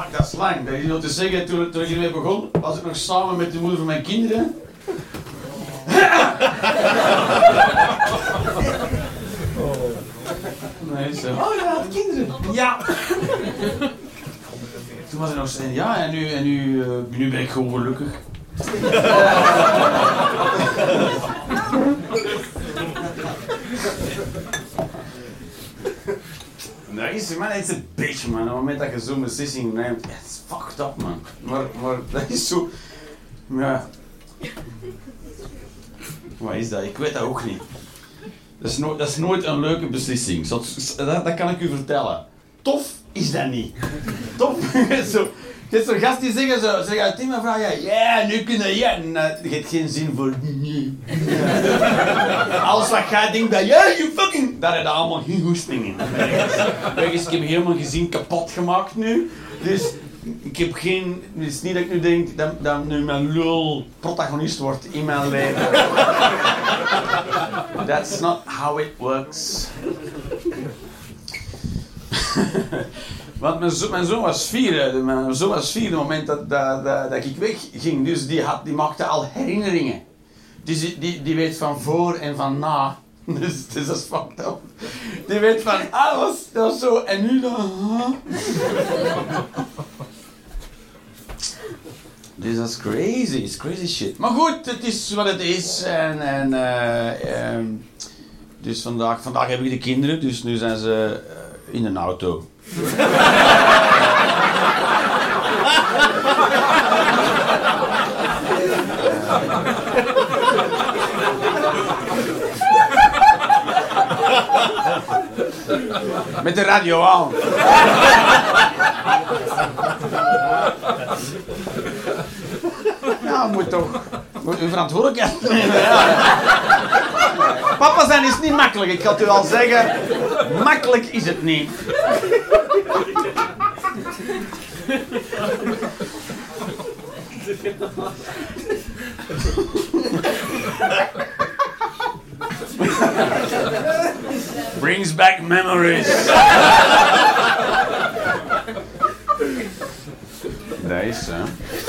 fuck, dat is lang. Dat is om te zeggen, toen ik hiermee begon, was ik nog samen met de moeder van mijn kinderen. Nee, zo. Oh ja, de kinderen. Ja. Toen was ik nog steeds, ja, en nu ben ik gewoon gelukkig. Dat is een bitch, man. Op het moment dat je zo'n beslissing neemt, het is fucked up, man. Maar dat is zo... Ja... Wat is dat? Ik weet dat ook niet. Dat is nooit een leuke beslissing. Dat kan ik u vertellen. Tof is dat niet. Tof. Zo, je hebt zo'n gast die zeggen zo, zeg Tim en vraag ja, nu kunnen je. En je hebt geen zin voor nee. Alles wat jij denkt dat you fucking. Daar heb je allemaal geen goesting in. Ik heb helemaal gezien kapot gemaakt nu. Dus ik heb geen. Het is niet dat ik nu denk dat nu mijn lul protagonist wordt in mijn leven. That's not how it works. Want mijn zoon was 4. Mijn zoon was 4 op het moment dat ik wegging. Dus die maakte al herinneringen. Dus die weet van voor en van na. Dus dat is fucked up. Die weet van, dat was zo en nu dan. Dus dat is crazy. It's crazy shit. Maar goed, het is wat het is. Dus vandaag heb ik de kinderen. Dus nu zijn ze in een auto. Met de radio aan. Ja, moet u verantwoordelijkheid nemen. Ja. Papa zijn is niet makkelijk, ik ga het u al zeggen. Makkelijk is het niet. Brings back memories. Dat is zo.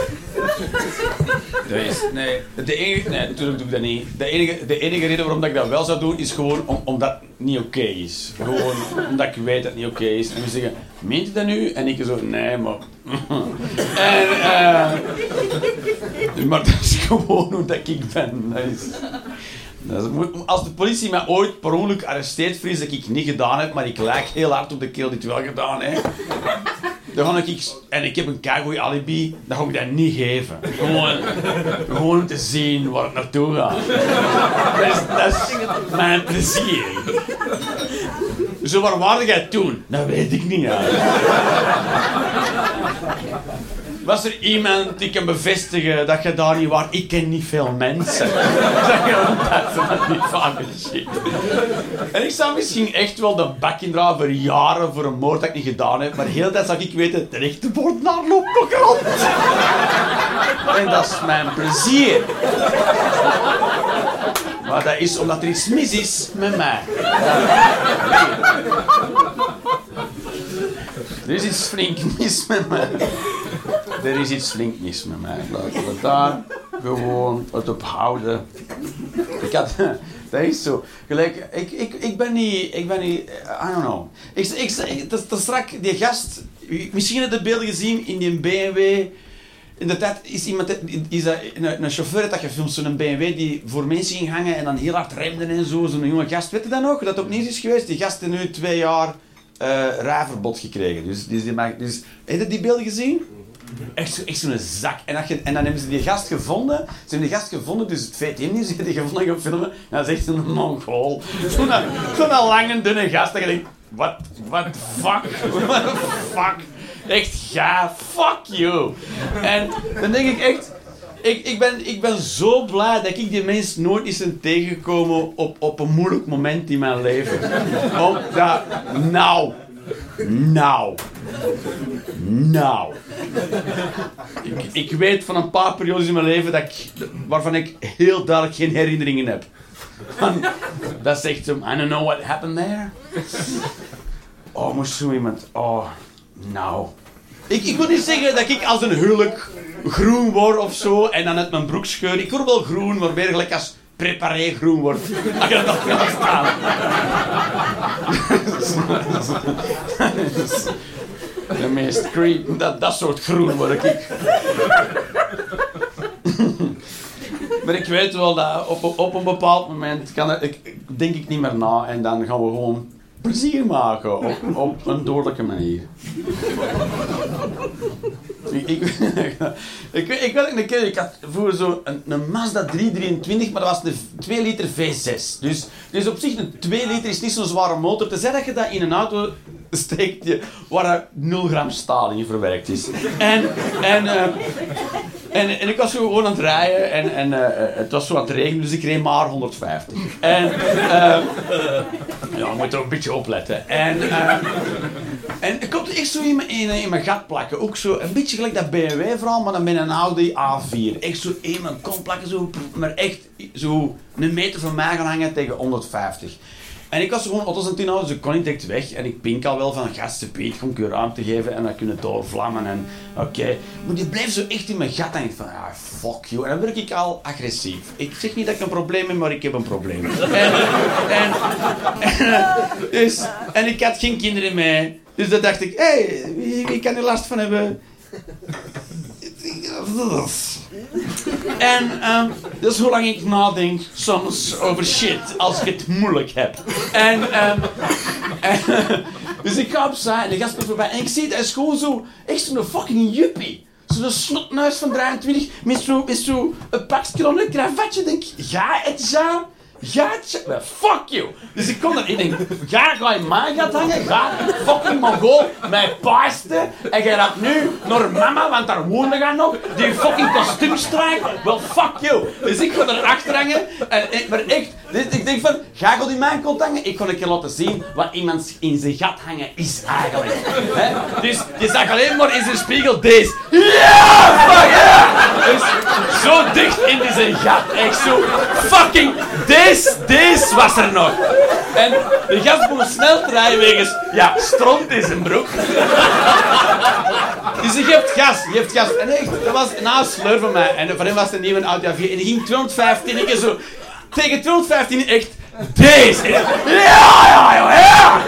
Nee, natuurlijk doe ik dat niet. De enige reden waarom dat ik dat wel zou doen, is gewoon omdat het niet oké is. Gewoon omdat ik weet dat het niet oké is. En dan zeggen, meent je dat nu? En ik zo, nee, maar... maar dat is gewoon hoe dat ik ben. Als de politie mij ooit per ongeluk arresteert, vrees dat ik niet gedaan heb, maar ik lijk heel hard op de kerel die het wel gedaan heeft. Dan ga en ik heb een keigoeie alibi, dan ga ik dat niet geven. Gewoon om te zien waar het naartoe gaat. Dat is mijn plezier. Zo, waar waren jij toen? Dat weet ik niet. Was er iemand die kan bevestigen dat je daar niet was? Ik ken niet veel mensen. Dat is niet vaak shit. En ik zou misschien echt wel de bak indraaien voor jaren voor een moord dat ik niet gedaan heb. Maar de hele tijd zou ik weten, de rechte moordenaar loopt nog rond. En dat is mijn plezier. Maar dat is omdat er iets mis is met mij. Er is iets flink mis met mij. Er is iets flink mis met mij. Laten we daar gewoon het op houden. Dat is zo. Gelijk, ik ben niet, I don't know. Dat is strak, die gast, misschien heb je de beelden gezien in die BMW. In de tijd is een chauffeur dat gefilmd, zo'n BMW die voor mensen ging hangen en dan heel hard remde en zo. Zo'n jonge gast, weet je dat nog? Dat ook niet is geweest. Die gast heeft nu 2 jaar rijverbod gekregen. Dus heb je die beelden gezien? Echt zo'n zak. En dan hebben ze die gast gevonden. Ze hebben die gast gevonden, dus het VTM niet. Ze hebben die gevonden op filmen. En dat is echt zo'n Mongool. Zo'n lange, dunne gast. Dat je denkt, what the fuck? Echt gaaf. Fuck you. En dan denk ik echt... Ik ben zo blij dat ik die mens nooit eens ben tegengekomen op een moeilijk moment in mijn leven. Omdat... Nou. Ik weet van een paar periodes in mijn leven waarvan ik heel duidelijk geen herinneringen heb. Dat is echt zo, I don't know what happened there. Oh, moest zo iemand... Oh, nou. Ik wil niet zeggen dat ik als een hulk groen word of zo en dan uit mijn broek scheur. Ik word wel groen, maar weer gelijk als preparé groen wordt. Als je dat nog kan staan. De meest creep, dat soort groen word ik. Maar ik weet wel dat op een bepaald moment denk ik niet meer na en dan gaan we gewoon plezier maken op een dodelijke manier. Ik weet een keer, ik had voor zo een Mazda 323, maar dat was een 2 liter V6. Dus op zich een 2 liter is niet zo'n zware motor. Tenzij dat je dat in een auto steekt waar er 0 gram staal in verwerkt is. En ik was zo gewoon aan het rijden en het was zo aan het regenen, dus ik reed maar 150. En ja, je moet er ook een beetje opletten. En ik kon het echt zo in mijn gat plakken. Ook zo een beetje gelijk dat BMW-verhaal, maar dan met een Audi A4. Echt zo in mijn kont plakken, zo, maar echt zo een meter van mij gaan hangen tegen 150. En ik was gewoon auto's aan het inhouden, dus ik kon niet direct weg. En ik pink al wel van, gasten Piet, kom ik je ruimte geven en dan kunnen doorvlammen en oké. Maar die bleef zo echt in mijn gat en ik van, fuck you. En dan werd ik al agressief. Ik zeg niet dat ik een probleem heb, maar ik heb een probleem. En ik had geen kinderen mee. Dus dan dacht ik, hé, wie kan er last van hebben? En dat is hoe lang ik nadenk soms over shit als ik het moeilijk heb. Dus ik ga opzij en de gast komt voorbij en ik zie het, hij is gewoon zo, echt zo'n fucking juppie. Zo'n snotneus van 23 met zo een pakje onder een kravatje. Denk ik, ga het ja? Fuck you! Dus ik kom er, ik denk, ga in mijn gat hangen, ga fucking Mongool, mij paasten en jij gaat nu naar mama, want daar woonde je nog, die fucking kostuumstrijk, wel fuck you! Dus ik ga erachter hangen, maar echt, ik denk van, ga in mijn kont hangen, ik kon een keer laten zien wat iemand in zijn gat hangen is eigenlijk. He? Dus je zag alleen maar in zijn spiegel deze. Ja! Fuck yeah! Dus zo dicht in zijn gat, echt zo fucking deze was er nog. En de gast begon snel te rijden wegens, stront in zijn broek. Dus je hebt gas. En echt, dat was een sleur van mij. En voor hem was het een nieuwe Audi A4. En die ging 215, ik zo, tegen 215 echt, deze. Ja.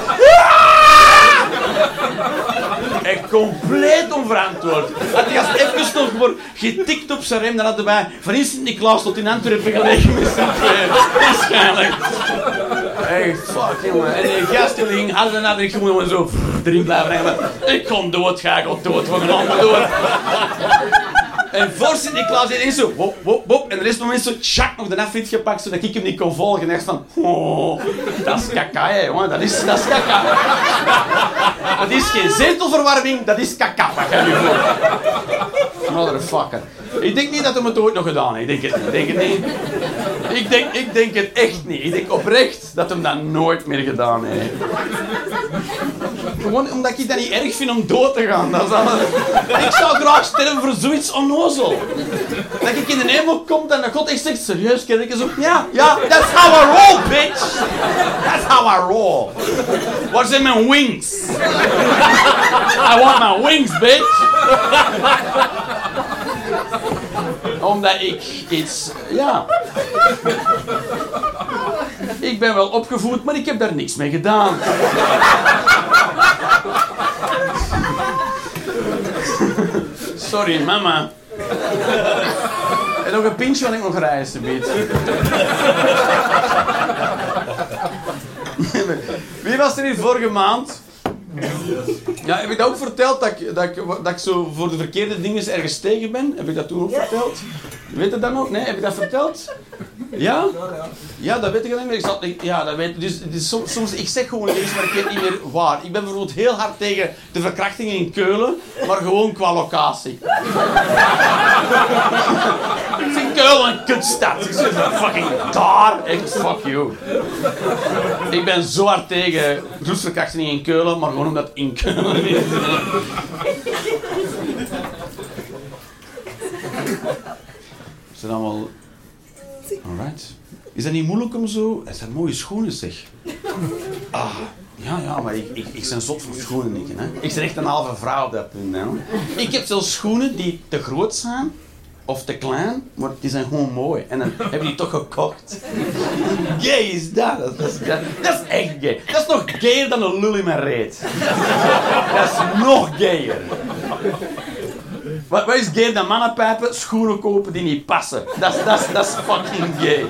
Echt compleet onverantwoord. Had die gast even nog maar getikt op zijn rem, dan hadden wij van in Sint-Niklaas tot in Antwerpen gelegen met z'n tweeën. Waarschijnlijk. Echt, fuck jongen. En die gast die ging harder naar ik gewoon zo erin blijven hangen. Ik kom dood, ga ik al dood, we gaan allemaal dood. En voor Sint-Niklaas deed hij zo, wop. En de rest van mensen zo, tjak, nog de afrit gepakt, zodat ik hem niet kon volgen. En echt van, dat is kaka, hè, jongen. Dat is kaka. Dat is geen zetelverwarming, dat is kaka. Wat ga je voor? Motherfucker. Ik denk niet dat hij het ooit nog gedaan heeft. Ik denk het niet. Ik denk het echt niet. Ik denk oprecht dat hij dat nooit meer gedaan heeft. Gewoon omdat ik dat niet erg vind om dood te gaan. Dat is alles. Ik zou graag sterven voor zoiets onnozel. Dat ik in de hemel kom en dat God echt zegt, serieus, ken ik zo. Ja, that's how I roll, bitch. That's how I roll. Waar zijn mijn wings? I want my wings, bitch. Omdat ik iets, ik ben wel opgevoed, maar ik heb daar niks mee gedaan. Sorry, mama. En nog een pintje, want ik nog reizen, biedt. Wie was er hier vorige maand? Ja, heb ik dat ook verteld, dat ik zo voor de verkeerde dingen ergens tegen ben? Heb ik dat toen ook verteld? Weet je dat nog? Nee, heb ik dat verteld? Ja? Ja, dat weet ik niet meer. Ja, dat weet ik. Dus soms, ik zeg gewoon iets, maar ik weet niet meer waar. Ik ben bijvoorbeeld heel hard tegen de verkrachtingen in Keulen, maar gewoon qua locatie. Ik vind Keulen een kutstad. Ik zeg fucking daar. Echt, fuck you. Ik ben zo hard tegen groepsverkrachtingen in Keulen, maar gewoon omdat het in Keulen is. Ze zijn allemaal... Alright. Is dat niet moeilijk om zo... Het zijn mooie schoenen, zeg. Ja, maar ik ben zot van schoenen, Nikke, hè. Ik ben echt een halve vrouw op dat punt, hè. Ik heb zelfs schoenen die te groot zijn, of te klein, maar die zijn gewoon mooi. En dan heb je die toch gekocht. Gay is dat. Dat is echt gay. Dat is nog gayer dan een lul in mijn reet. Dat is nog gayer. Wat is gayer dan mannenpijpen? Schoenen kopen die niet passen. Dat is fucking gay.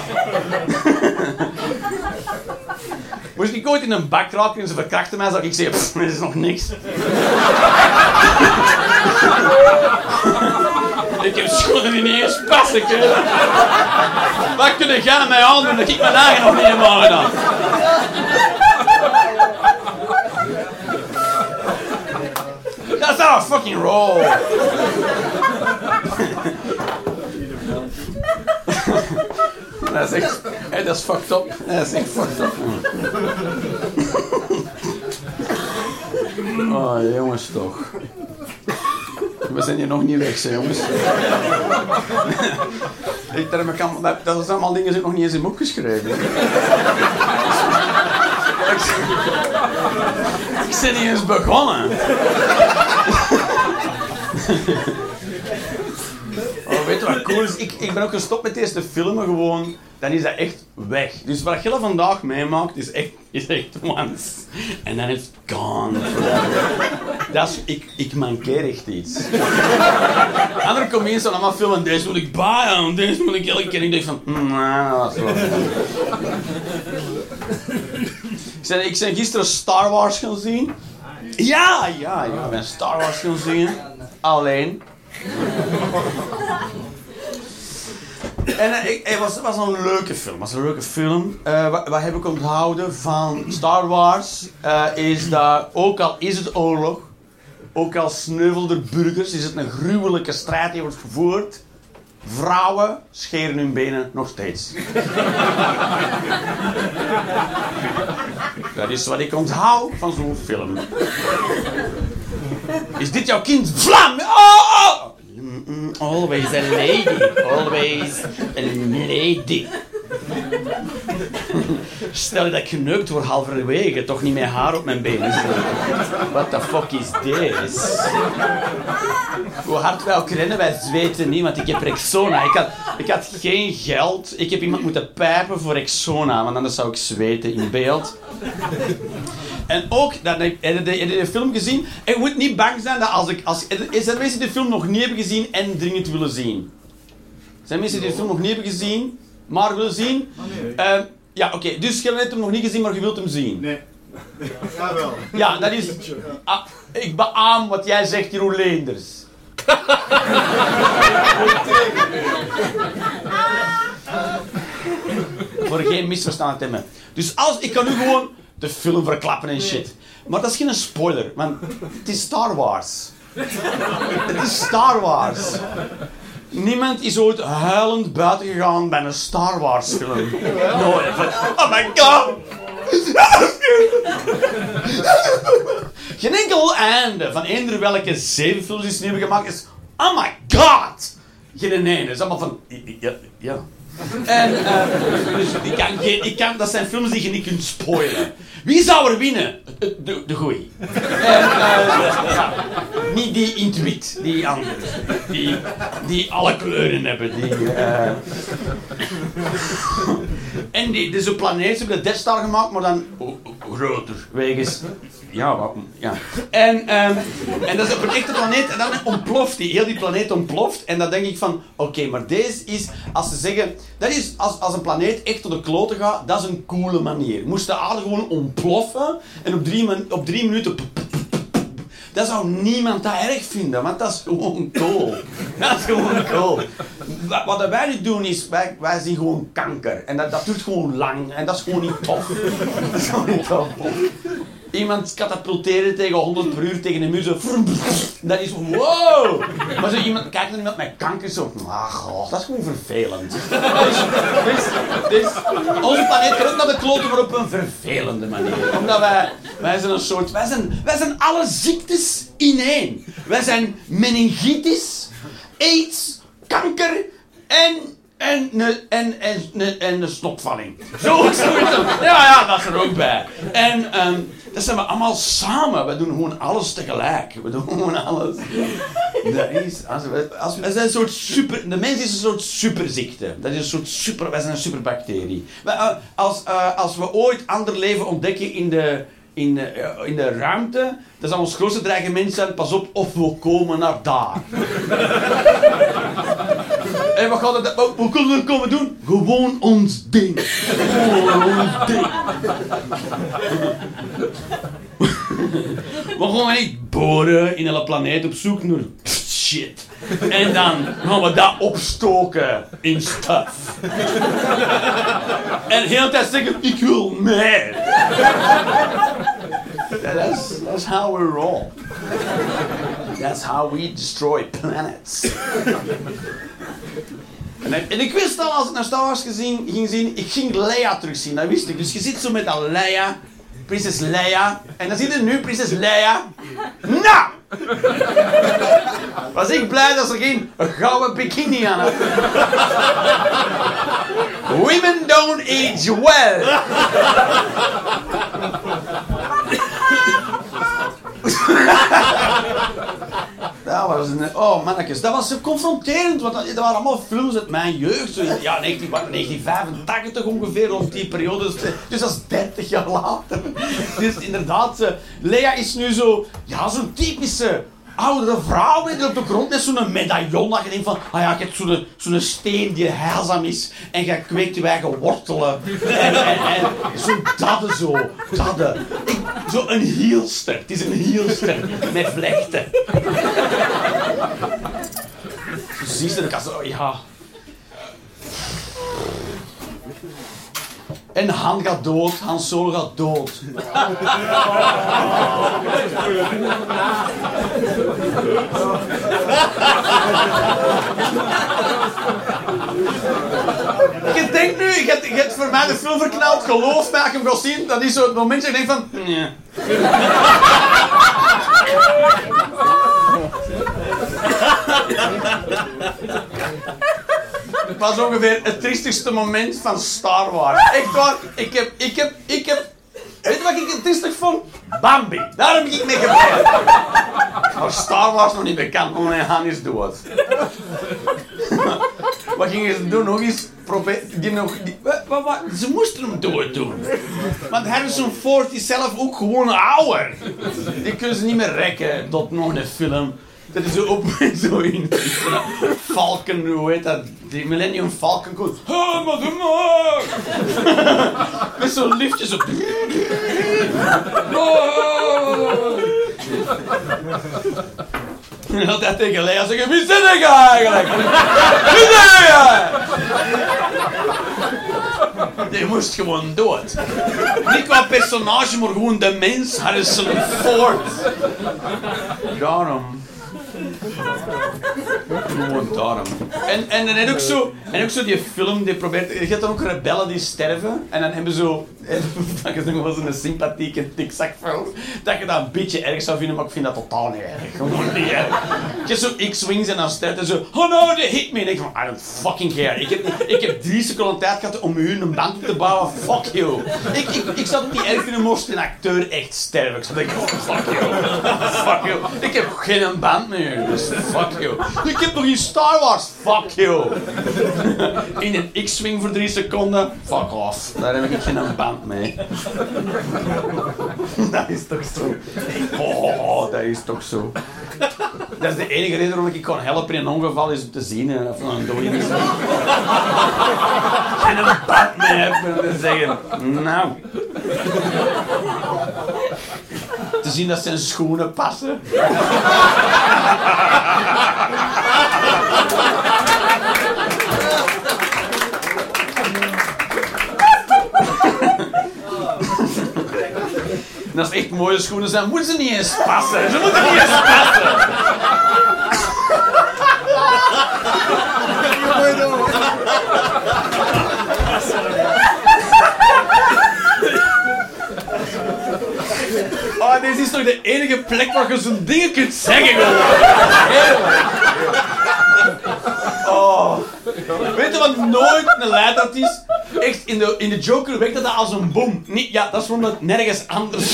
Moest ik ooit in een bak raken en ze verkrachten mij, zou ik zeggen, dit is nog niks. Ik heb schoenen die niet eens passen, kerel. Wat kunnen jij mij aandoen dat ik mijn eigen nog niet heb aangedaan? That's how I fucking roll. Dat is echt... Hey, dat is fucked up. Dat is echt fucked up. Oh, jongens toch. We zijn hier nog niet weg, hè, jongens. Dat zijn allemaal dingen die ik nog niet eens heb opgeschreven. Ik ben niet eens begonnen. Oh, weet je wat cool is? Ik ben ook gestopt met deze te filmen gewoon. Dan is dat echt weg. Dus wat je vandaag meemaakt is echt once. En dan is het gone forever. Ik mankeer echt iets. Andere comedians zijn allemaal filmen. Deze moet ik baaien. Deze moet ik elke keer. Ik denk van... dat is wel... Ik ben gisteren Star Wars gaan zien. Ja. Ik ben Star Wars gaan zien. Alleen. En het was een leuke film. Wat heb ik onthouden van Star Wars? Is dat, ook al is het oorlog, ook al sneuvelden burgers, is het een gruwelijke strijd die wordt gevoerd. Vrouwen scheren hun benen nog steeds. Dat is wat ik onthoud van zo'n film. Is dit jouw kind? Vlam! Oh! Always a lady. Always a lady. Stel je dat ik geneukt word halverwege, toch niet met haar op mijn benen zitten. What the fuck is this? Hoe hard wij ook rennen, wij zweten niet, want ik heb Rexona. Ik had geen geld. Ik heb iemand moeten pijpen voor Rexona, want anders zou ik zweten in beeld. En ook, heb je de film gezien? En je moet niet bang zijn dat er zijn mensen die de film nog niet hebben gezien en dringend willen zien. Er zijn mensen die de film nog niet hebben gezien, maar willen zien. Ja, oké. Dus je hebt hem nog niet gezien, maar je wilt hem zien. Nee. Ja, wel. Ja, dat is... ik beaam wat jij zegt, Jeroen Leenders. Voor geen misverstand te hebben. Dus ik kan nu gewoon de film verklappen en shit. Maar dat is geen spoiler, want het is Star Wars. Het is Star Wars. Niemand is ooit huilend buiten gegaan bij een Star Wars film. Nooit. Oh my god! Geen enkel einde van eender welke 7 films die ze nu hebben gemaakt is... Oh my god! Geen einde. Het is allemaal van... Ja. En, dus dat zijn films die je niet kunt spoilen. Wie zou er winnen? De goeie. En, ja, niet die in het wit, die andere. Die alle kleuren hebben. En dus een planeet, ze hebben de Death Star gemaakt, maar dan groter. Wegens... Ja. En dat is op een echte planeet en dan ontploft die. Heel die planeet ontploft. En dan denk ik van, oké, maar deze is, als ze zeggen, dat is als een planeet echt tot de kloten gaat, dat is een coole manier. Moest de aarde gewoon ontploffen en op 3 minuten... Dat zou niemand dat erg vinden, want dat is gewoon cool. Dat is gewoon cool. Wat wij nu doen is, wij zien gewoon kanker. En dat duurt gewoon lang. En dat is gewoon niet tof. Dat is gewoon niet tof. Iemand katapulteren tegen 100 per uur tegen een muur, zo... Dat is wow! Maar zo iemand kijkt naar iemand met kanker, zo... God, dat is gewoon vervelend. Dus onze planeet kan ook naar de kloten, maar op een vervelende manier. Omdat wij zijn een soort... Wij zijn alle ziektes ineen. Wij zijn meningitis, AIDS, kanker en en de snotvalling. Zoiets. Ja, dat is er ook bij. En dat zijn we allemaal samen. We doen gewoon alles tegelijk. We doen gewoon alles. Dat is een soort super... De mens is een soort superziekte. Dat is een soort super... Wij zijn een superbacterie. Als we ooit ander leven ontdekken in de ruimte, dat zal ons grootste dreigement zijn. Pas op, of we komen naar daar. En hoe kunnen we dat komen doen? Gewoon ons ding. Gewoon ons ding. We gaan niet boren in hele planeet op zoek naar shit. En dan gaan we dat opstoken in stuff. En de hele tijd zeggen, ik wil meer. That's how we roll. That's how we destroy planets. En ik wist al, als ik naar Star Wars ging zien, ik ging Leia terugzien, dat wist ik. Dus je zit zo met dat Leia, prinses Leia, en dan zie je nu prinses Leia. Nou! Was ik blij dat ze geen gouden bikini aan had. Women don't age well. Dat was oh mannetjes, dat was zo confronterend, want dat waren allemaal films uit mijn jeugd. Zo, ja, 1985 ongeveer, rond die periode. Dus dat is 30 jaar later. Dus inderdaad, Leia is nu zo, ja, zo'n typische oudere vrouw die op de grond met zo'n medaillon. Dat je denkt van, ah ja, je hebt zo'n steen die heilzaam is en je kweekt je eigen wortelen. En zo dadden zo. Zo een hielster. Het is een hielster met vlechten. Zie je dat? Zo, ja. En Han gaat dood, Han Solo gaat dood. Je denkt nu, je hebt voor mij de film verknald, geloof mij, als je hem gaat zien, dat is zo het moment dat je denkt van... Nee. Het was ongeveer het triestigste moment van Star Wars. Echt waar, ik heb... Weet je wat ik het triestig vond? Bambi. Daar heb ik mee gebleven. Maar Star Wars nog niet bekend, want mijn Han is dood. Wat gingen ze doen? Nog eens ze moesten hem dood doen. Want Harrison Ford is zelf ook gewoon ouder. Die kunnen ze niet meer rekken tot nog een film. Dat is zo op zo in Falcon, hoe heet dat? Die Millennium Falcon komt. Oh, maar doe maar! Met zo'n liftje zo. En altijd tegen Leia zeggen, wie zit ik eigenlijk? Wie zit ik? Die moest gewoon dood. Niet qua personage, maar gewoon de mens. Harrison Ford. Daarom. Gewoon daarom. En ook zo die film die probeert... Je hebt dan ook rebellen die sterven. En dan hebben zo... Dat is nog wel zo'n sympathieke tikzakfilm. Dat je dat een beetje erg zou vinden, maar ik vind dat totaal niet erg. Gewoon niet erg. Je hebt zo X-Wings en dan sterft en zo... Oh no, they hit me. En ik denk van, I don't fucking care. Ik heb 3 seconden tijd gehad om u een band op te bouwen. Fuck you. Ik zou het niet erg vinden moest een acteur echt sterven. Ik zou denken, oh, fuck you. Fuck you. Ik heb geen band meer. Dus fuck you. Ik heb nog in Star Wars. Fuck you. In een X-Wing voor 3 seconden. Fuck off. Daar heb ik geen band mee. Dat is toch zo. Oh, dat is toch zo. Dat is de enige reden waarom ik kon helpen in een ongeval is om te zien of een dode is. En een band mee heb en te zeggen, nou. Te zien dat zijn schoenen passen. En als het echt mooie schoenen zijn, moeten ze niet eens passen. Ze moeten niet eens passen. Oh, dit is toch de enige plek waar je zo'n dingen kunt zeggen, gewoon. Oh. Weet Weet je wat nooit een leidraad is? Echt, in de Joker werkt dat als een bom. Nee, ja, dat is omdat het nergens anders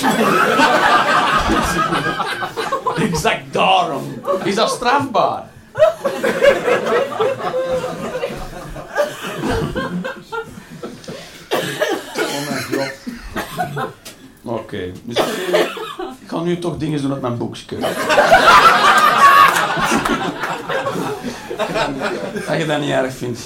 exact daarom. Is dat strafbaar? Oh mijn god. Oké. Dus ik ga nu toch dingen doen uit mijn boekje. Als je dat niet erg vindt.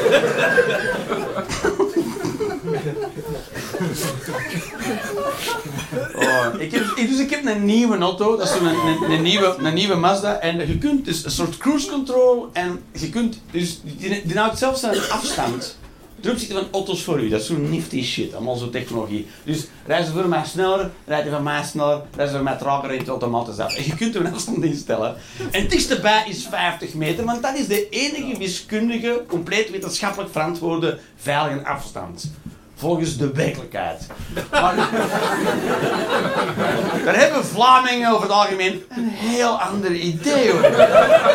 Oh, ik heb een nieuwe auto, dat is een nieuwe Mazda. En je kunt dus een soort cruise control en je kunt dus die houdt zelfs een afstand. Erop zitten van auto's voor u, dat is zo'n nifty shit, allemaal zo technologie. Dus rijden ze voor mij sneller, rijden ze voor mij sneller, rijden ze voor mij trager, rijdt het automatisch af. En je kunt er een afstand instellen. En het dichtste bij is 50 meter, want dat is de enige wiskundige, compleet wetenschappelijk verantwoorde veilige afstand. Volgens de werkelijkheid. Maar daar hebben Vlamingen over het algemeen een heel ander idee over.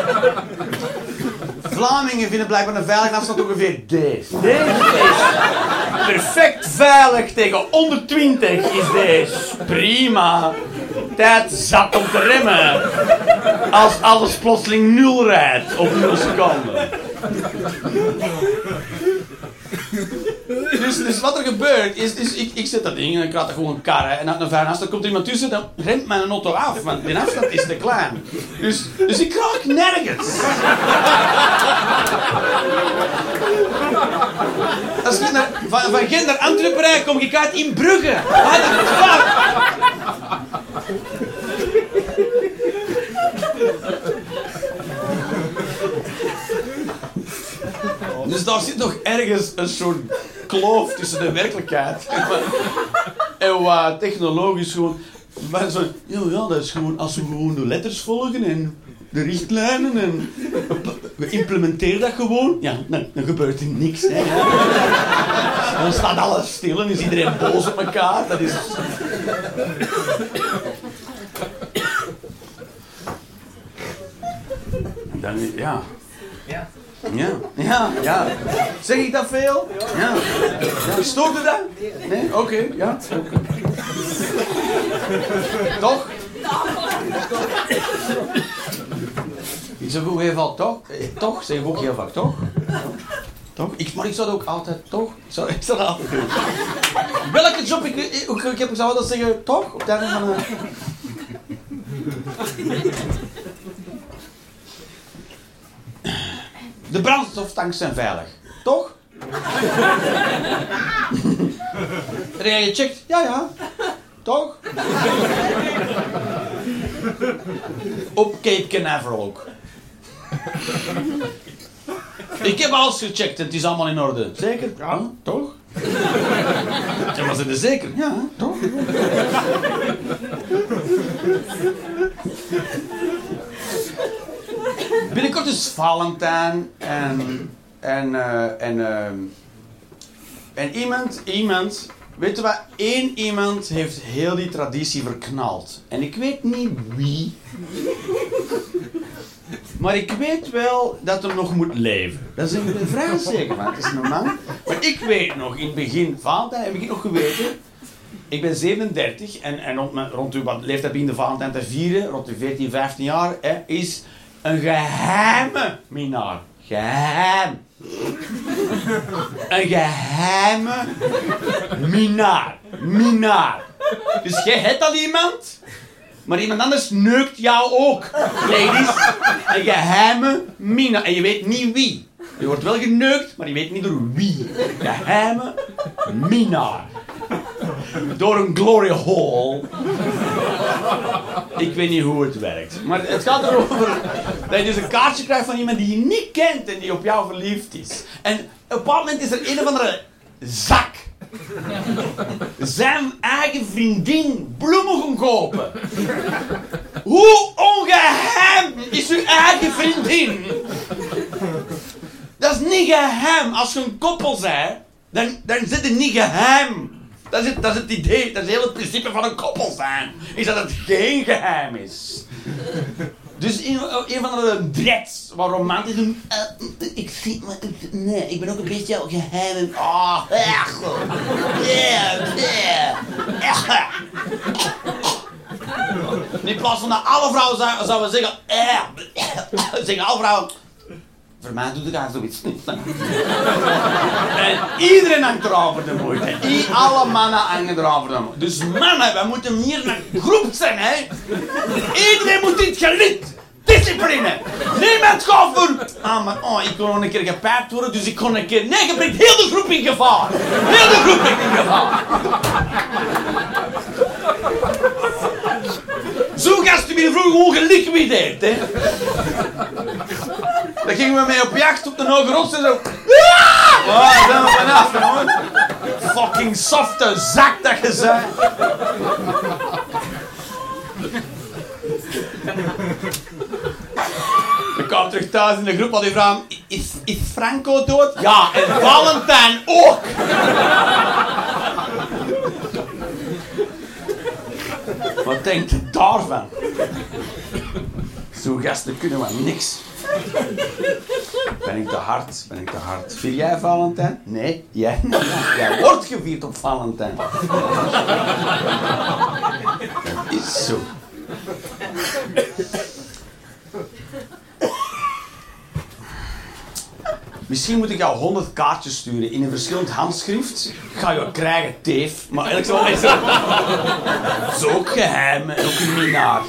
Vlamingen vinden blijkbaar een veilige afstand ongeveer deze. Deze is perfect veilig tegen 120 is deze. Prima. Tijd zat om te remmen. Als alles plotseling 0 rijdt op 0 seconden. Dus wat er gebeurt is, ik zet dat ding en ik laat er gewoon karren en uit een veilige afstand komt er iemand tussen, dan remt mijn auto af, want die afstand is te klein. Dus ik raak nergens. Als ik van Gent naar Antwerpen rijd, kom ik uit in Brugge. What the fuck? Dus daar zit nog ergens een soort kloof tussen de werkelijkheid en wat technologisch gewoon. Maar zo, ja, dat is gewoon als we gewoon de letters volgen en de richtlijnen en we implementeren dat gewoon, ja, dan gebeurt er niks. Hè, ja. Dan staat alles stil en is iedereen boos op elkaar. Dat is. Dan, ja. Ja. Zeg ik dat veel? Ja. Stoort u dat? Nee? Oké, ja. Toch? Ik zeg ook heel vaak toch? Toch? Zeg ik ook heel vaak toch? Toch? Maar ik zou dat ook altijd toch? Ik zou dat altijd doen. Welke job ik heb, zou dat zeggen toch? Op termen van de brandstoftanks zijn veilig. Toch? En je checkt. Ja. Toch? Op Cape Canaveral ook. Ik heb alles gecheckt en het is allemaal in orde. Zeker? Ja, toch? En was het er zeker? Ja, toch? Binnenkort is Valentijn en iemand, weet je wat, één iemand heeft heel die traditie verknald. En ik weet niet wie, maar ik weet wel dat hij nog moet leven. Dat is ik ben vrij zeker van, het is een man. Maar ik weet nog, in het begin Valentijn heb ik nog geweten. Ik ben 37 en rond uw leeftijd begin de Valentijn te vieren, rond de 14, 15 jaar, is een geheime minnaar. Geheim. Een geheime minnaar. Dus jij hebt al iemand, maar iemand anders neukt jou ook. Ladies, een geheime minnaar. En je weet niet wie. Je wordt wel geneukt, maar je weet niet door wie. Geheime minnaar. Door een glory hole. Ik weet niet hoe het werkt. Maar het gaat erover dat je dus een kaartje krijgt van iemand die je niet kent en die op jou verliefd is. En op een bepaald moment is er een of andere zak. Zijn eigen vriendin bloemen gaan kopen. Hoe ongeheim is uw eigen vriendin? Dat is niet geheim. Als je een koppel bent, dan zit het niet geheim. Dat is het idee, dat is heel het principe van een koppel zijn. Is dat het geen geheim is. Dus een van de dreads, wat romantisch doen. Ik zie maar... Nee, ik ben ook een beetje geheim. In plaats van dat alle vrouwen zouden zeggen... zeggen alle vrouwen... Voor mij doet het eigenlijk zoiets niet. En iedereen hangt erover de moeite. Alle mannen hangen erover de moeite. Dus mannen, we moeten hier een groep zijn, hè. Iedereen moet dit gelid. Discipline. Niemand gaat voor... maar ik kon nog een keer gepijpt worden, dus ik kon een keer... Nee, je brengt heel de groep in gevaar. Heel de groep in gevaar. Zo'n gasten die vroeger gewoon geliquideerd, hè. Dan gingen we mee op jacht op de hoge rots en zo. Daar zijn we vanaf, jongen. Fucking softe zak dat je zei. Ik kwam terug thuis in de groep al die vragen... Is Franco dood? Ja, en Valentijn ook. Wat denkt je daarvan? Zo'n gasten kunnen we niks. Ben ik te hard? Vier jij Valentijn? Nee, jij niet. Jij wordt gevierd op Valentijn. Dat is zo. Misschien moet ik jou 100 kaartjes sturen in een verschillend handschrift. Ik ga je krijgen, teef. Maar eigenlijk zo... Dat is ook geheim en ook een minaar.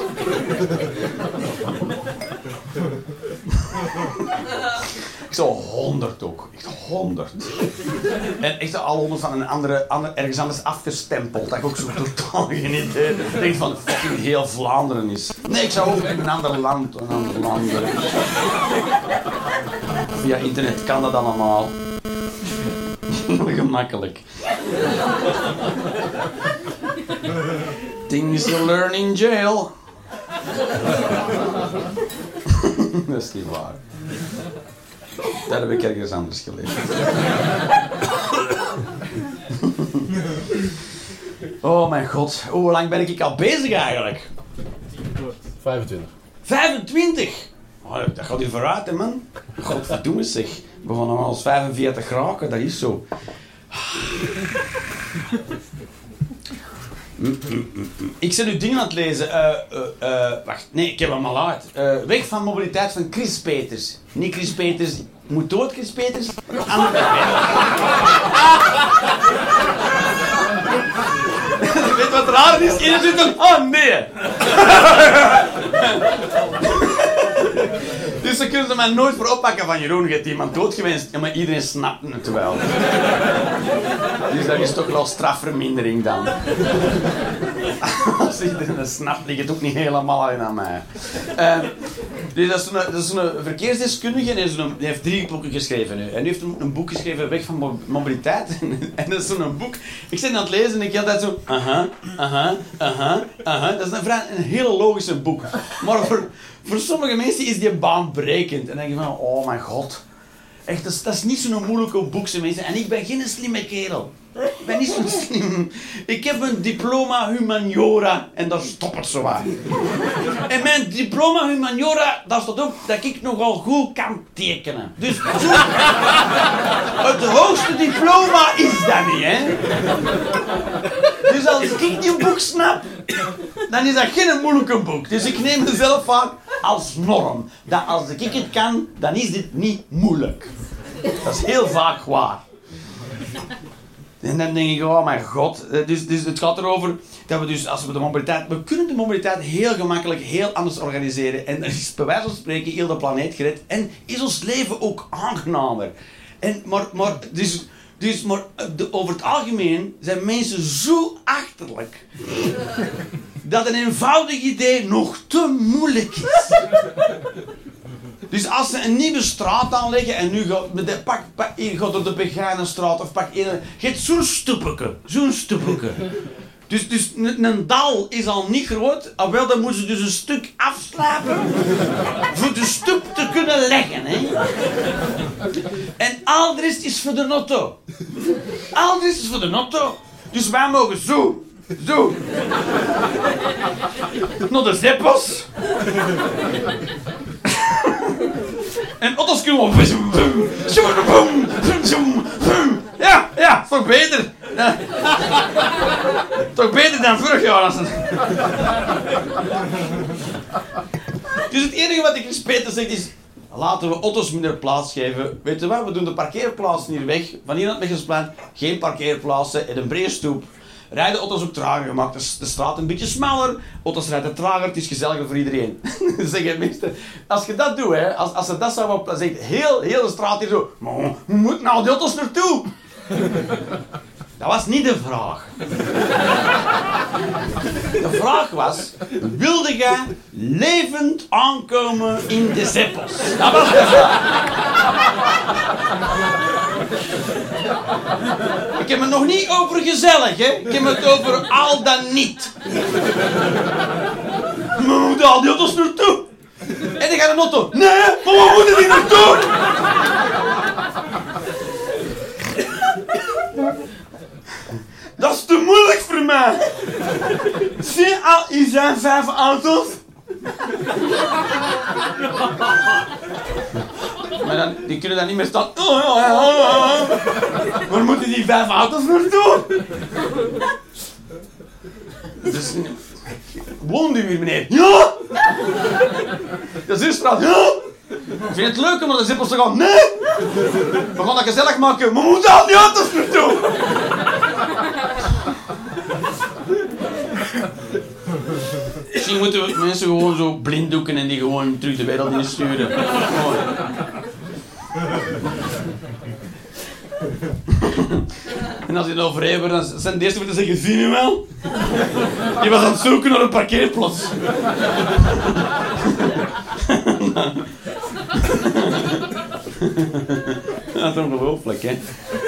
Ik zou 100 ook. Echt 100. En echt al 100 van een andere ergens anders afgestempeld. Dat ik ook zo totaal geen idee. Ik denk van fucking heel Vlaanderen is. Nee, ik zou ook in een ander land. Via internet kan dat allemaal. Heel gemakkelijk. Things you learn in jail. Dat is niet waar. Dat heb ik ergens anders gelezen. Oh mijn god, hoe lang ben ik al bezig eigenlijk? 25. 25? Oh, dat gaat hier vooruit, hè, man. Godverdomme zeg. We begonnen al als 45 raken, dat is zo. Ik ben nu dingen aan het lezen. Wacht, nee, ik heb hem al uit. Weg van mobiliteit van Chris Peters. Niet Chris Peters, moet dood Chris Peters. Weet wat raar is? Iedereen zit dan... Oh, nee. Dus dan kunnen ze mij nooit voor oppakken van Jeroen, je hebt iemand dood gewenst. Ja, maar iedereen snapt het wel. Dus dat is toch wel strafvermindering dan. Als iedereen het snapt, ligt het ook niet helemaal alleen aan mij. Dus dat is zo'n verkeersdeskundige en die heeft 3 boeken geschreven nu. En die heeft een boek geschreven, Weg van mobiliteit. En dat is zo'n boek. Ik zit aan het lezen en ik had dat zo... Dat is een hele logische boek. Maar voor sommige mensen is die baanbrekend. En dan denk je van, oh mijn god. Echt, dat is niet zo'n moeilijke boek, mensen. En ik ben geen slimme kerel. Ik ben niet zo slim. Ik heb een diploma humaniora en daar stopt het zo aan. En mijn diploma humaniora, daar staat ook dat ik nogal goed kan tekenen. Dus het hoogste diploma is dat niet, hè. Dus als ik die boek snap, dan is dat geen moeilijke boek. Dus ik neem mezelf vaak als norm. Dat als ik het kan, dan is dit niet moeilijk. Dat is heel vaak waar. En dan denk ik, oh mijn god. Dus het gaat erover dat we dus, als we de mobiliteit... We kunnen de mobiliteit heel gemakkelijk, heel anders organiseren. En er is bij wijze van spreken heel de planeet gered. En is ons leven ook aangenamer. Maar over het algemeen zijn mensen zo achterlijk. Dat een eenvoudig idee nog te moeilijk is. Dus als ze een nieuwe straat aanleggen en nu gaat door de Begijnenstraat of pak een... Je hebt zo'n stoepeke. Dus een dal is al niet groot, wel dan moeten ze dus een stuk afslapen voor de stoep te kunnen leggen, hè. En al de rest is voor de auto. Dus wij mogen zo Zo. Naar de zeppels. En auto's kunnen ja, toch beter. Ja. Toch beter dan vorig jaar. Dus het enige wat ik eens Peter zeg is... Laten we auto's minder plaats geven. Weet je wat? We doen de parkeerplaatsen hier weg. Van hier naar het Mechelsplein. Geen parkeerplaatsen. En een brede stoep. Rijden auto's ook trager gemaakt. Dus de straat een beetje smaller. Auto's rijden trager. Het is gezelliger voor iedereen. Zeggen mensen. Als je dat doet, hè. Als ze dat zouden zeggen. Heel de straat hier zo. Maar hoe moeten nou die auto's naartoe? Dat was niet de vraag. De vraag was, wilde jij levend aankomen in de zeppels? Dat was de vraag. Ik heb het nog niet over gezellig, hè. Ik heb het over al dan niet. Maar we moeten al die auto's naartoe. En dan gaat een auto. Nee, maar we moeten die naartoe. Dat is te moeilijk voor mij. Zie al, hier zijn 5 auto's. Maar dan, die kunnen dan niet meer staan. Waar moeten die 5 auto's naartoe? Dus, woont u hier, meneer? Ja! Dat is uw straat. Ja! Ik vind het leuk om naar de zippels te gaan. Nee! We gaan dat gezellig maken. Maar we moeten al die auto's naartoe. Misschien moeten we mensen gewoon zo blinddoeken en die gewoon terug de wereld in sturen. En als je het over hebben, dan zijn de eerste moeten zeggen, zie je wel? Je was aan het zoeken naar een parkeerplaats. Dat is ongelooflijk, hè?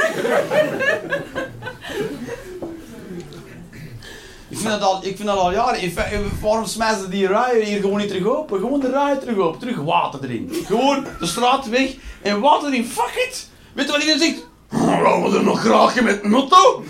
Ik vind dat al jaren. Waarom smijten ze die rijen hier gewoon niet terug open? Gewoon de rijen terug open. Terug water erin. Gewoon de straat weg en water erin. Fuck it! Weet je wat iedereen zegt? Gaan we er nog graag met een auto?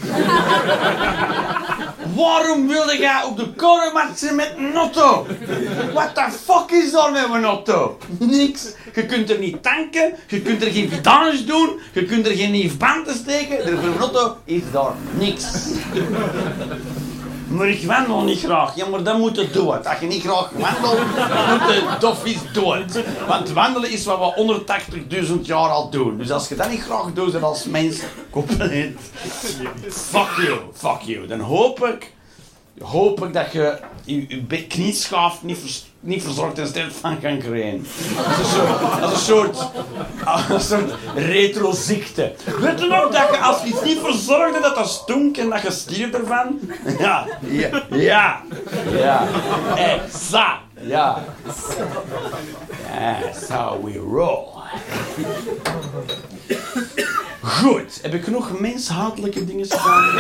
Waarom wilde jij op de korremarkt met een auto? What the fuck is daar met een auto? Niks. Je kunt er niet tanken, je kunt er geen vidange doen, je kunt er geen nieuw band steken. Voor een auto is daar niks. Maar ik wandel niet graag. Ja, maar dan moet je doen. Als je niet graag wandelt, moet je doffies doen. Want wandelen is wat we 180.000 jaar al doen. Dus als je dat niet graag doet dan als mens, compleet. Fuck you. Dan hoop ik dat je je knieschaaf niet verzorgt en sterft van kankerijn. Dat is een soort retro-ziekte. Weet je nog dat je als je iets niet verzorgde dat dat stonk en dat je stierf ervan? Ja. Exact. Ja. That's how we roll. Goed, heb ik genoeg menshatelijke dingen gedaan?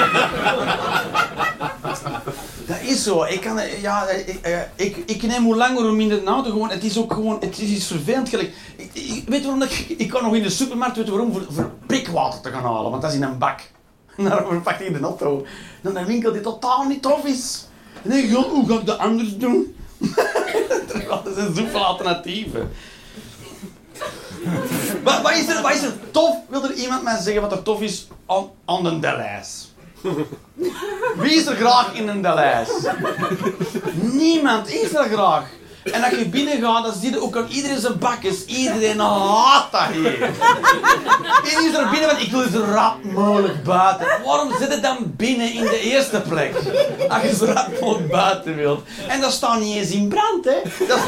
Dat is zo. Ik neem hoe langer hoe minder een auto gewoon. Het is ook gewoon, het is iets vervelend. Weet je waarom ik kan nog in de supermarkt weten waarom voor prikwater te gaan halen, want dat is in een bak. En daarom pak ik in de auto. Dan een winkel die totaal niet tof is. En dan denk ik, hoe ga ik dat anders doen? Dat zijn zoveel alternatieven. Wat is er tof? Wil er iemand mij zeggen wat er tof is aan de Delijs? Wie is er graag in een Delijs? Niemand is er graag. En als je binnen gaat, dan zie je ook aan iedereen zijn bakjes. Iedereen haat dat hier. Iedereen is er binnen, want ik wil zo rap mogelijk buiten. Waarom zit het dan binnen in de eerste plek? Als je zo rap mogelijk buiten wilt. En dat staat niet eens in brand, hè. Dat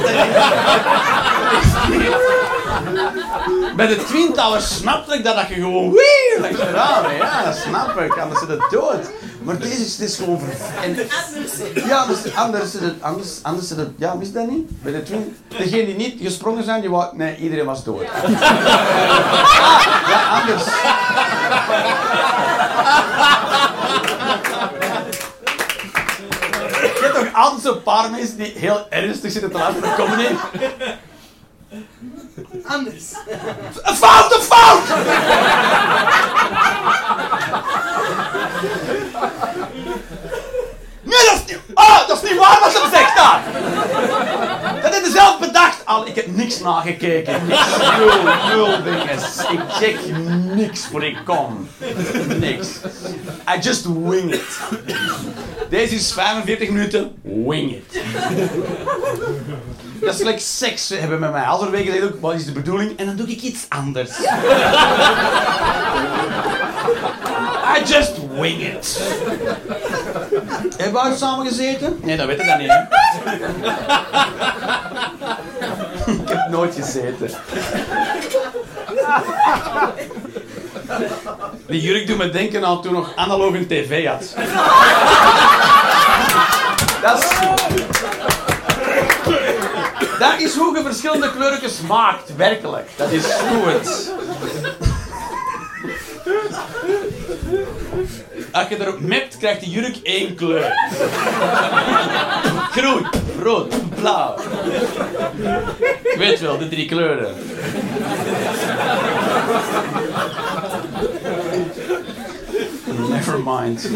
bij de Twin Towers snapte ik dat je gewoon wee, langs de ramen. Ja, dat snap ik. Anders zit het dood. Maar deze is gewoon vervelend. Ja, dus anders zit het... Ja, mis dat niet? Bij de Twin... Degenen die niet gesprongen zijn, die wou... Nee, iedereen was dood. Ja, anders. Je hebt toch altijd zo'n paar mensen die heel ernstig zitten te luisteren naar comedy? Anders. Een fout! Ik heb niks nagekeken. Nul dinges. Ik check niks voor ik kom. Niks. I just wing it. Deze is 45 minuten. Wing it. Dat is gelijk seks hebben met mij. Halverwege zeg ik ook, wat is de bedoeling? En dan doe ik iets anders. I just wing it. Hebben we ooit samen gezeten? Nee, dat weet ik dan niet. Hè? Ik heb nooit gezeten. Die jurk doet me denken aan toen nog analoog een tv had. Dat is hoe je verschillende kleurtjes maakt, werkelijk. Dat is goed. Als je erop mept, krijgt die jurk 1 kleur. Groen, rood, blauw. Ik weet wel, de 3 kleuren. Never mind.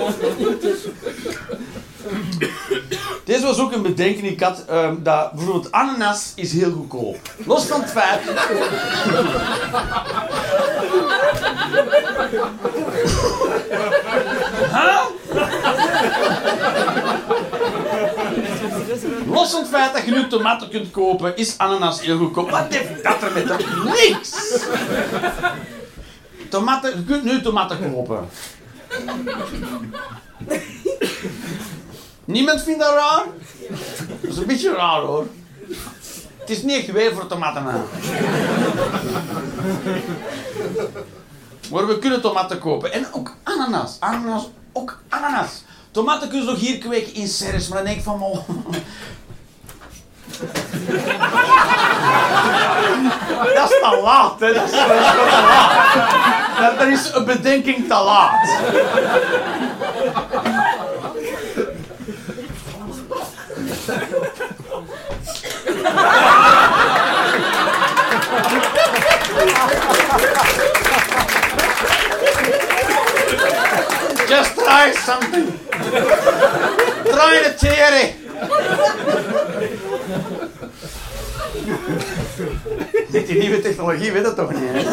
Deze was ook een bedenking die ik had, dat bijvoorbeeld ananas is heel goedkoop. Los van het feit... Huh? Los van het feit dat je nu tomaten kunt kopen, is ananas heel goedkoop. Wat heeft dat er met hem? Niks! Tomaten, je kunt nu tomaten kopen. Niemand vindt dat raar? Dat is een beetje raar hoor. Het is niet echt weer voor tomaten aan. Maar we kunnen tomaten kopen. En ook ananas. Ook ananas. Tomaten kunnen ze nog hier kweken in serres. Maar dan denk ik van... Oh. Dat is te laat, hè. Dat is te laat. Dat is een bedenking te laat. Just try something. Try the theory. Met die nieuwe technologie weet dat toch niet, hè?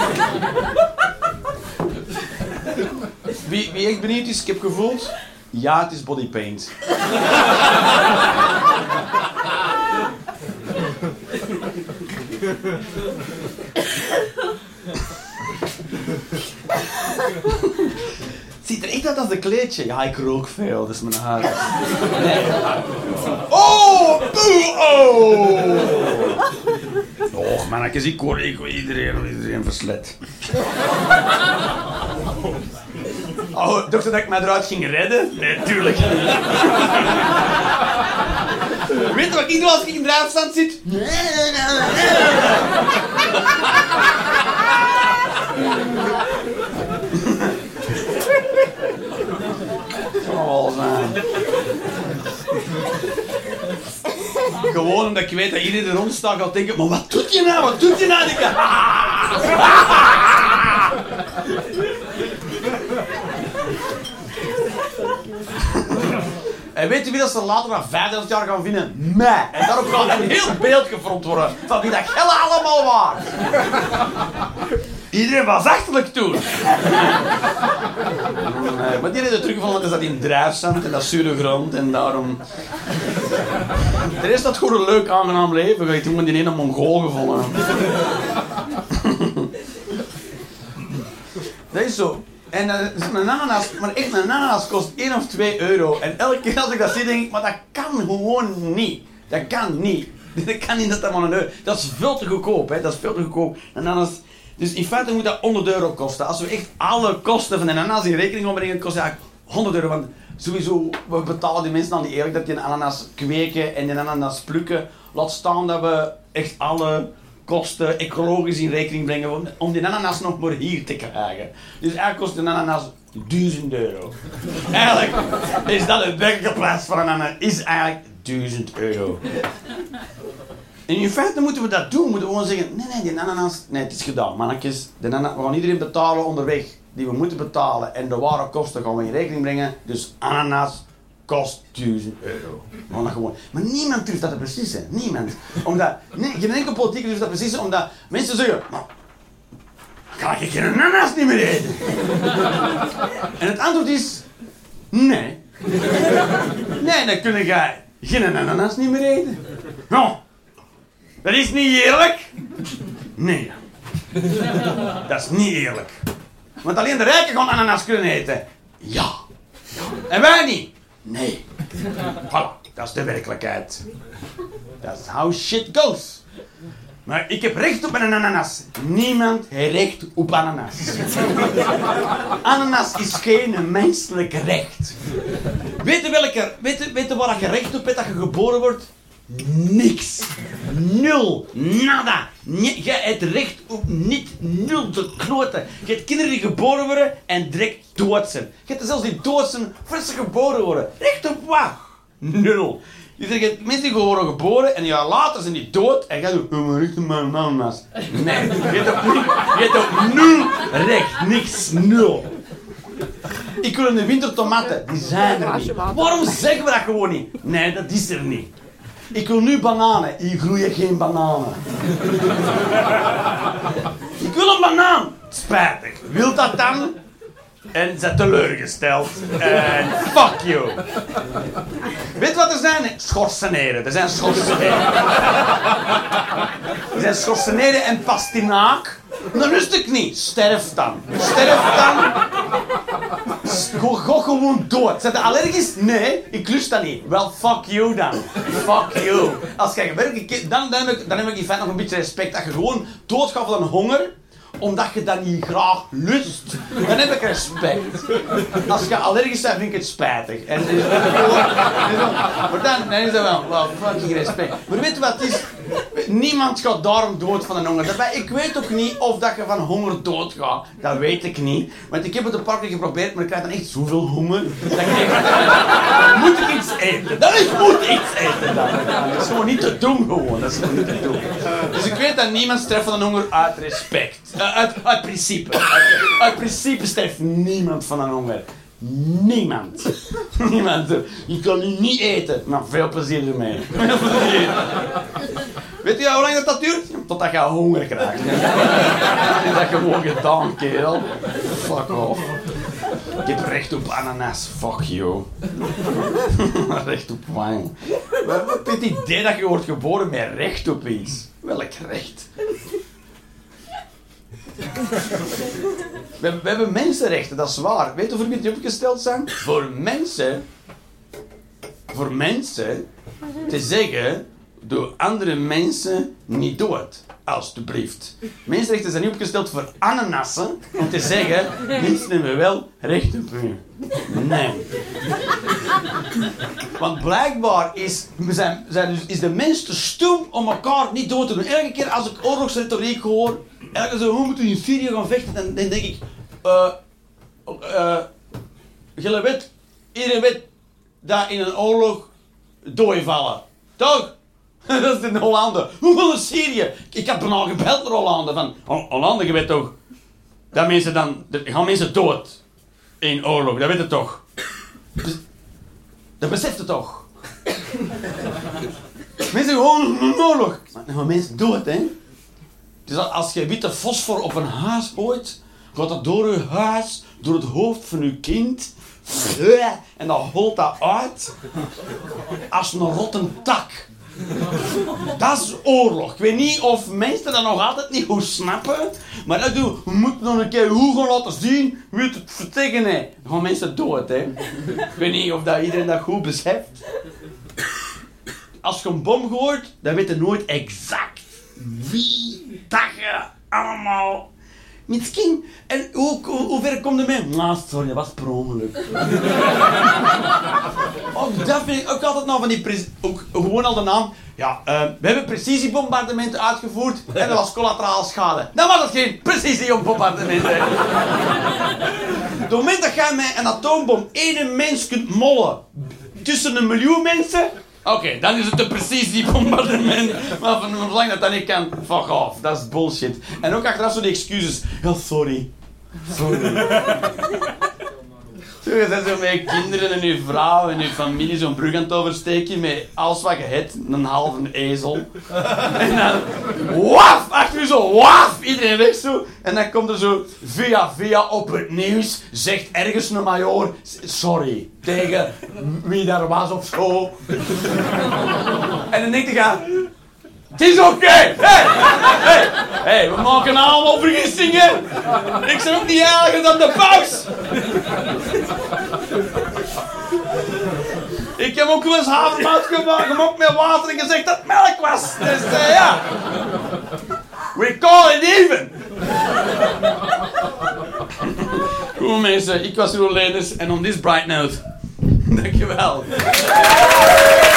Wie echt benieuwd is, ik heb gevoeld... Ja, het is bodypaint. Ziet er echt uit als een kleedje? Ja, ik rook veel, dat is mijn haar. Nee. Oh! Oh! Och, mannetjes, ik hoor iedereen verslet. Oh, dacht je dat ik mij eruit ging redden? Nee, tuurlijk niet. Weet je wat ik doe als ik in de afstand zit? Oh, man. Gewoon omdat ik weet dat iedereen er rond staat gaat denken, maar wat doet je nou? Wat doet je nou? En weet je wie dat ze later na 5000 jaar gaan vinden? Mij. En daarop gaat een heel beeld gevormd worden van wie dat geld allemaal waard. Iedereen was achterlijk toen. Nee, maar die hadden teruggevonden, want dat in drijfzand en dat zure grond en daarom... De rest had gewoon een leuk aangenaam leven. Ik heb toen die ene Mongool gevonden. Dat is zo. En een ananas, maar echt een ananas kost 1 of 2 euro. En elke keer als ik dat zie, denk ik, maar dat kan gewoon niet. Dat kan niet. Dat kan niet dat dat maar een euro... Dat is veel te goedkoop, hè. Dat is veel te goedkoop. Een ananas... Dus in feite moet dat 100 euro kosten. Als we echt alle kosten van een ananas in rekening gaan brengen, kost dat eigenlijk 100 euro. Want sowieso, we betalen die mensen dan niet eerlijk dat die een ananas kweken en die ananas plukken. Laat staan dat we echt alle kosten ecologisch in rekening brengen om die ananas nog maar hier te krijgen. Dus eigenlijk kost een ananas 1000 euro. Eigenlijk is dat de werkelijke prijs van een ananas. Is eigenlijk 1000 euro. En in feite moeten we dat doen. Moeten we gewoon zeggen, nee, die ananas... Nee, het is gedaan, mannetjes. We gaan iedereen betalen onderweg die we moeten betalen. En de ware kosten gaan we in rekening brengen. Dus ananas kost €1000. Gewoon. Maar niemand durft dat te beslissen. Niemand. Geen enkel politiek durft dat beslissen, omdat mensen zeggen... Kan ik geen ananas niet meer eten? En het antwoord is... Nee. Nee, dan kun je geen ananas niet meer eten. Nou, dat is niet eerlijk. Nee. Dat is niet eerlijk. Want alleen de rijken gaan ananas kunnen eten. Ja. En wij niet. Nee. Voilà, dat is de werkelijkheid. Dat is how shit goes. Maar ik heb recht op een ananas. Niemand heeft recht op ananas. Ananas is geen menselijk recht. Weet je waar je recht op hebt dat je geboren wordt? Niks. Nul. Nada. Je hebt recht op niet. Nul te kloten. Je hebt kinderen die geboren worden en direct dood zijn. Je hebt zelfs die dood zijn voor ze geboren worden. Recht op wat? Nul. Dus je hebt mensen die worden geboren en een jaar later zijn die dood en je doet maar recht op mijn ananas. Nee, je hebt op nul recht. Niks. Nul. Ik wil in de winter tomaten. Die zijn er niet. Waarom zeggen we dat gewoon niet? Nee, dat is er niet. Ik wil nu bananen. Hier groeien geen bananen. Ik wil een banaan. Spijtig. Wil dat dan? En ze teleurgesteld. En fuck you. Weet je wat er zijn? Schorseneren. Er zijn schorseneren. Er zijn schorseneren en pastinaak. Dan lust ik niet. Sterf dan. Sterf dan. Ga gewoon dood. Zijn je allergisch? Nee, ik lust dat niet. Wel, fuck you dan. Fuck you. Als jij werkt, dan heb ik in feite nog een beetje respect. Dat je gewoon doodgaat van honger, omdat je dat niet graag lust. Dan heb ik respect. Als je allergisch bent, vind ik het spijtig. En maar dan is dat wel fucking respect. Maar weet je wat het is? Niemand gaat daarom dood van een honger. Daarbij, ik weet ook niet of dat je van honger doodgaat. Dat weet ik niet. Want ik heb het een paar keer geprobeerd, maar ik krijg dan echt zoveel honger. Dat ik denk, moet ik iets eten? Ik moet iets eten dan. Dat is gewoon niet te doen gewoon. Dat is gewoon niet te doen. Dus ik weet dat niemand sterft van een honger uit respect. Uit principe. Uit principe sterft niemand van een honger. Niemand. Niemand. Je kan nu niet eten. Maar veel plezier ermee. Veel plezier. Weet je hoe lang dat duurt? Totdat je honger krijgt. Dan is dat gewoon gedaan, kerel. Fuck off. Ik heb recht op ananas. Fuck you. Recht op wijn. Wat is het idee dat je wordt geboren met recht op iets? Welk recht? We hebben mensenrechten, dat is waar. Weet je voor wie die opgesteld zijn? Voor mensen te zeggen, doe andere mensen niet dood. Alsjeblieft. Mensenrechten zijn niet opgesteld voor ananassen om te zeggen, mensen hebben wel recht op u. Nee. Want blijkbaar is de mens te stom om elkaar niet dood te doen. Elke keer als ik oorlogsretoriek hoor, elke keer zo, hoe moeten we in Syrië gaan vechten, dan denk ik, iedereen weet dat in een oorlog dood vallen. Toch? Dat is in Hollande. Hoe wil in Syrië? Ik heb bijna gebeld naar Hollande. Van, Hollande, je weet toch dat mensen gaan mensen dood in oorlog. Dat weet je toch? Dat beseft je toch? Mensen gewoon een oorlog. Maar dan gaan mensen dood, hè? Dus als je witte fosfor op een huis gooit, gaat dat door je huis, door het hoofd van je kind. En dan holt dat uit als een rotte tak. Dat is oorlog. Ik weet niet of mensen dat nog altijd niet goed snappen. Maar dat doen we moeten nog een keer hoe gaan laten zien wie het vertegen heeft. Dan gaan mensen dood, hè. Ik weet niet of dat iedereen dat goed beseft. Als je een bom gooit, dan weet je nooit exact wie dat je allemaal... Misschien. En hoe ver komt er mee? Nou, sorry, dat was per ongeluk. Ook dat vind ik ook altijd nou van die... gewoon al de naam. Ja, we hebben precisiebombardementen uitgevoerd en dat was collateraal schade. Dan was het geen precisiebombardement. Op het moment dat jij met een atoombom één mens kunt mollen tussen 1 miljoen mensen... Oké, dan is het een precisiebombardement. Maar van zolang dat niet kan, fuck off. Dat is bullshit. En ook achteraf zo die excuses. Ja, sorry. Toen je bent zo met je kinderen en je vrouw en je familie zo'n brug aan het oversteken met alles wat je hebt, een halve ezel. En dan, waf, achter je zo, waf, iedereen weg zo. En dan komt er zo, via op het nieuws, zegt ergens een majoor, sorry, tegen wie daar was of zo. En dan denk je, het is oké. Hey, we maken allemaal vergissingen. Ik ben ook niet ergens aan de paus. Ik heb ook wel eens havermout gemaakt met water en gezegd dat het melk was. Dus ja. We call it even. Goed mensen, ik was Roel Leders en on this bright note. Dankjewel.